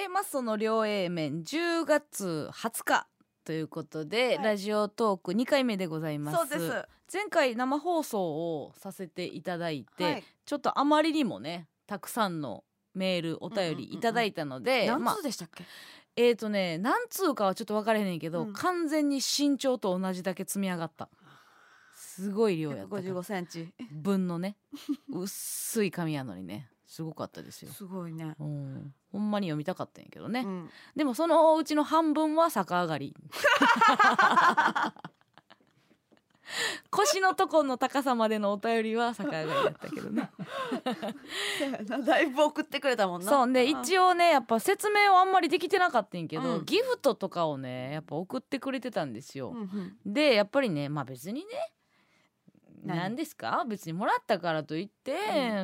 います。その両 A 面10月20日ということで、ラジオトーク2回目でございます。 そうです。 前回生放送をさせていただいて、ちょっとあまりにもねたくさんのメールお便りいただいたので、 何通でしたっけ？ 何通かはちょっと分からへんねんけど、完全に身長と同じだけ積み上がった。すごい量やったから 155センチ分のね薄い紙やのにね、すごかったですよ。 すごいね、 ほんまに読みたかったんやけどね、でもそのうちの半分は逆上がり腰のとこの高さまでのお便りは逆上がりだったけどねだいぶ送ってくれたもんな。 そうで、一応ねやっぱ説明はあんまりできてなかったんけど、ギフトとかをねやっぱ送ってくれてたんですよ、でやっぱりね別にね何ですか、別にもらったからといって、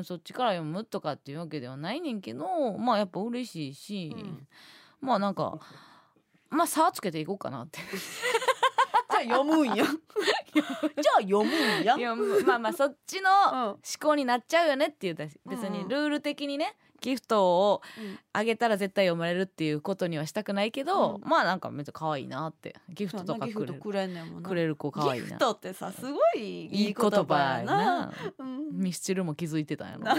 そっちから読むとかっていうわけではないねんけど、やっぱ嬉しいし、なんか差つけていこうかなってじゃあ読むんやじゃあ読むんやそっちの思考になっちゃうよねって言うたし、別にルール的にねギフトをあげたら絶対読まれるっていうことにはしたくないけど、なんかめっちゃ可愛いなって、ギフトとかくれる子可愛いな。 ギフトってさすごいいい言葉やな。 ミスチルも気づいてたんやろな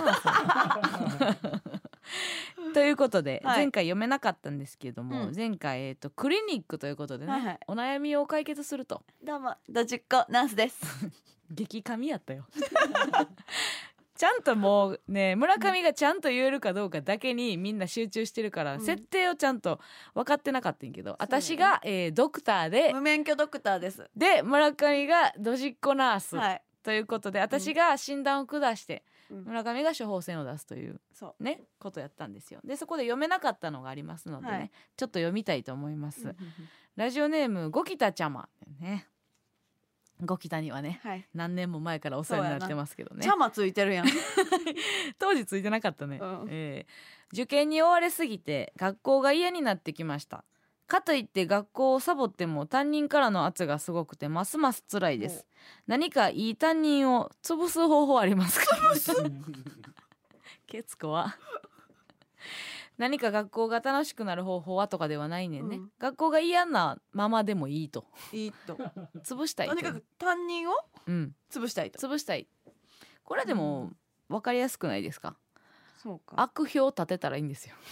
ということで、前回読めなかったんですけれども、前回クリニックということでね、お悩みを解決すると。 どうもドジっ子ナースです激神やったよちゃんともうね村上がちゃんと言えるかどうかだけにみんな集中してるから、設定をちゃんと分かってなかったんやけど、私が、ドクターで無免許ドクターです。 で村上がドジっ子ナース、ということで私が診断を下して、村上が処方箋を出すというねことやったんですよ。でそこで読めなかったのがありますのでね、ちょっと読みたいと思います。ラジオネームゴキタちゃまね。ゴキタにはね、何年も前からお世話になってますけどね。 ちゃまついてるやん当時ついてなかったね、受験に追われすぎて学校が嫌になってきました。かといって学校をサボっても担任からの圧がすごくてますます辛いです。何かいい担任を潰す方法ありますか？ケツコは何か学校が楽しくなる方法はとかではないねんね、学校が嫌なままでもいいと潰したいと、 とにかく担任を潰したいと、 潰したい。これでも分かりやすくないですか？ そうか、 悪評を立てたらいいんですよ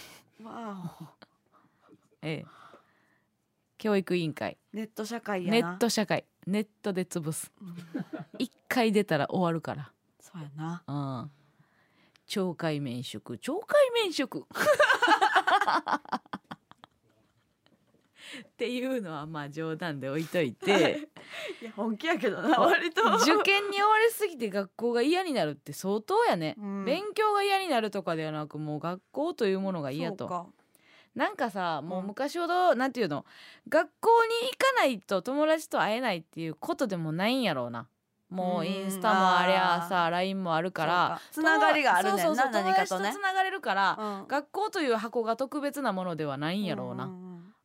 教育委員会、 ネット社会やな。 ネット社会、ネットで潰す、一回出たら終わるから。 そうやな、 懲戒免職っていうのは冗談で置いといていや本気やけどな割と受験に追われすぎて学校が嫌になるって相当やね、勉強が嫌になるとかではなく、もう学校というものが嫌と。なんかさ、もう昔ほどなんていうの、学校に行かないと友達と会えないっていうことでもないんやろうな。もうインスタもありゃさ LINE もあるからつながりがあるねんな、何かとね友達とつながれるから、学校という箱が特別なものではないんやろうな。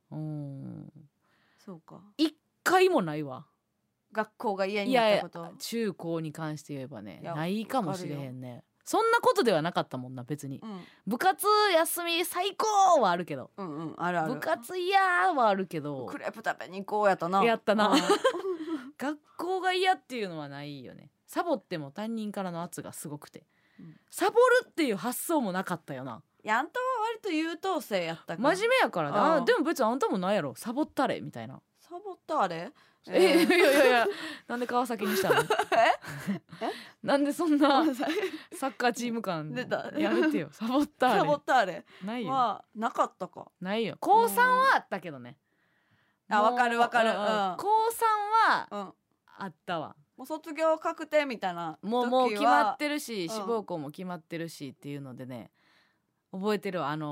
そうか、 一回もないわ、 学校が嫌になったこと。 中高に関して言えばね、ないかもしれへんね。そんなことではなかったもんな別に、部活休み最高はあるけど、 あるある、 部活嫌はあるけど、 クレープ食べに行こうやったな、 やったな、学校が嫌っていうのはないよね。サボっても担任からの圧がすごくて、サボるっていう発想もなかったよな。 いや、あんたは割と優等生やったから、 真面目やからな。でも別にあんたもないやろ、サボったれみたいな。 サボったれ、 いやなんで川崎にしたのなんでそんなサッカーチーム感やめてよ。サボったれないよ、 なかったか。 ないよ。高3はあったけどね。 わかる、高3 はあったわ。 もう卒業確定みたいな時はもう決まってるし、志望校も決まってるしっていうのでね、覚えてるわ。ミ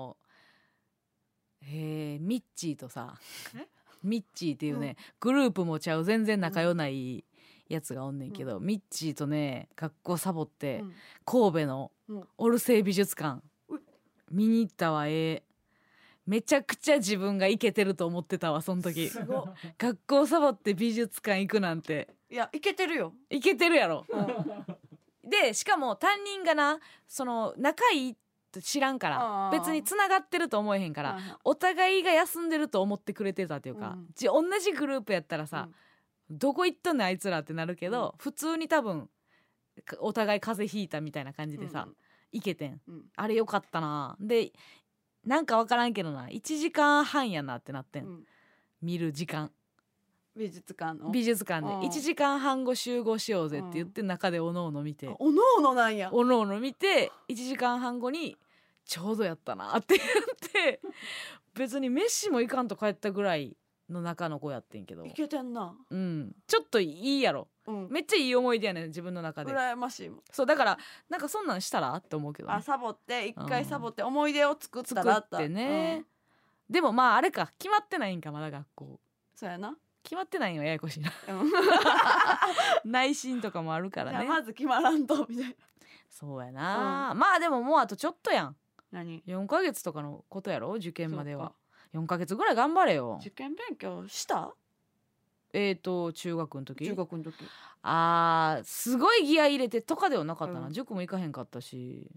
ッチーとさミッチーっていうね、グループもちゃう全然仲良ないやつがおんねんけど、ミッチーとね学校サボって、神戸のオルセイ美術館見に行ったわ。めちゃくちゃ自分がイケてると思ってたわその時。学校サボって美術館行くなんて。 いや、イケてるよ。 イケてるやろ、でしかも担任がな、その仲いいと知らんからあー別に繋がってると思えへんからはいはいお互いが休んでると思ってくれてたというか、同じグループやったらさ、どこ行っとんねんあいつらってなるけど、普通に多分お互い風邪ひいたみたいな感じでさ、行けてん。あれよかったな。でなんか分からんけどな1時間半やなってなってん、見る時間美術館の美術館で1時間半後集合しようぜって言って中でおのおの見て、 おのおのなんや。 おのおの見て1時間半後にちょうどやったなって言って別に飯も行かんと帰ったぐらいの中の子やってんけど、 いけてんな。 ちょっといいやろ、めっちゃいい思い出やねん自分の中で。 羨ましいもん。 そうだからなんかそんなんしたらって思うけど、ね、 サボって一回サボって思い出を作ったら作ってね、でもまああれか決まってないんかまだ学校。 そうやな。 決まってないんはややこしいな内心とかもあるからね。 まず決まらんとみたいな。 そうやな、まあでももうあとちょっとやん。 何 4ヶ月とかのことやろ受験までは。4ヶ月ぐらい頑張れよ。 受験勉強した？ 中学の時。 中学の時すごいギア入れてとかではなかったな、塾も行かへんかったし、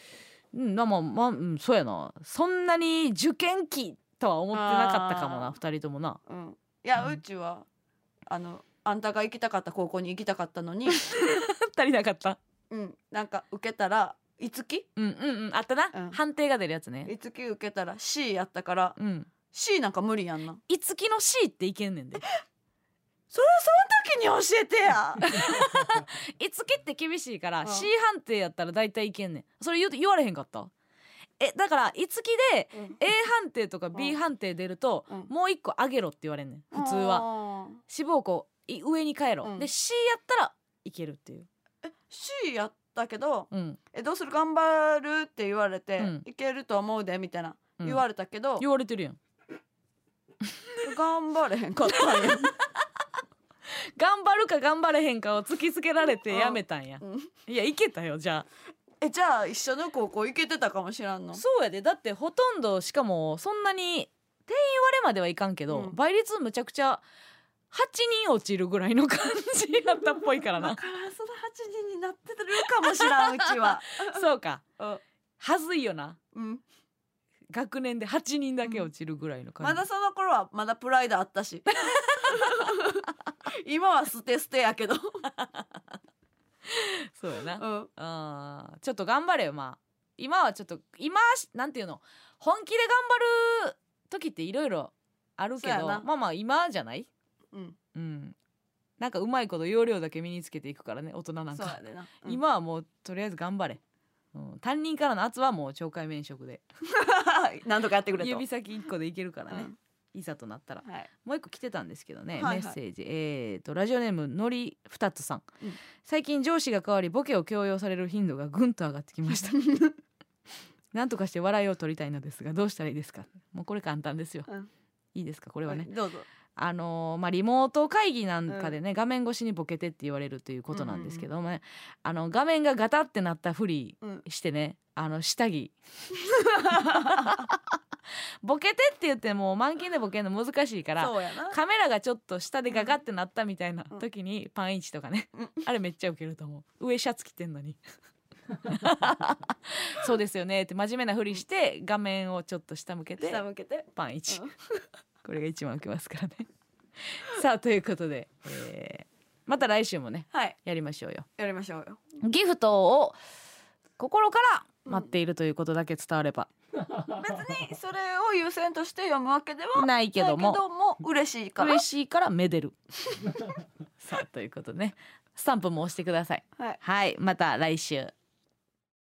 そうやな、そんなに受験期とは思ってなかったかもな2人ともな。 いや、うちはあんたが行きたかった高校に行きたかったのに足りなかった。 なんか受けたらいつきあったな、判定が出るやつね。 いつき受けたら C やったから、C なんか無理やんな。 いつきの C っていけんねんでその時に教えてやいつきって厳しいから、C 判定やったら大体いけんねん。それ言われへんかった？だからいつきで A 判定とか B 判定出ると、もう一個上げろって言われんねん普通は。志望校上に変えろ、で C やったらいけるっていう。 C やったけど、どうする頑張るって言われて、いけると思うでみたいな言われたけど、 言われてるやん頑張れへんかったんや頑張るか頑張れへんかを突きつけられてやめたんや、いやいけたよじゃあ。 じゃあ一緒の高校行けてたかもしらんの？ そうやで。だってほとんど、しかもそんなに定員割れまではいかんけど、倍率むちゃくちゃ8人落ちるぐらいの感じやったっぽいからな。 だからその8人になってるかもしらんうちはそうか、はずいよな、学年で8人だけ落ちるぐらいの感じ、 まだその頃はまだプライドあったし今は捨てやけどそうやな、ちょっと頑張れよ。まあ今はちょっとなんていうの、本気で頑張る時っていろいろあるけど、まあ今じゃない？なんかうまいこと要領だけ身につけていくからね大人なんか。そうやでな、今はもうとりあえず頑張れ。担任からの圧はもう懲戒免職で何とかやってくれと。 指先1個でいけるからね、いざとなったら、もう1個来てたんですけどね、メッセージ、ラジオネームのりふたつさん、最近上司が変わりボケを強要される頻度がぐんと上がってきましたなんとかして笑いを取りたいのですがどうしたらいいですか？もうこれ簡単ですよ、いいですかこれはね、 どうぞ。 リモート会議なんかでね、画面越しにボケてって言われるということなんですけどもね、画面がガタってなったふりしてね、下着ボケてって言っても満勤でボケるの難しいから、カメラがちょっと下でガガってなったみたいな時にパンイチとかね、あれめっちゃウケると思う。上シャツ着てんのにそうですよねって真面目なふりして画面をちょっと下向けてパンイチ、これが一番ウケますからねさあということで、また来週もね、やりましょうよ。ギフトを心から待っているということだけ伝われば、 別にそれを優先として読むわけではないけども嬉しいからめでるさあということでね、スタンプも押してください。はい、また来週。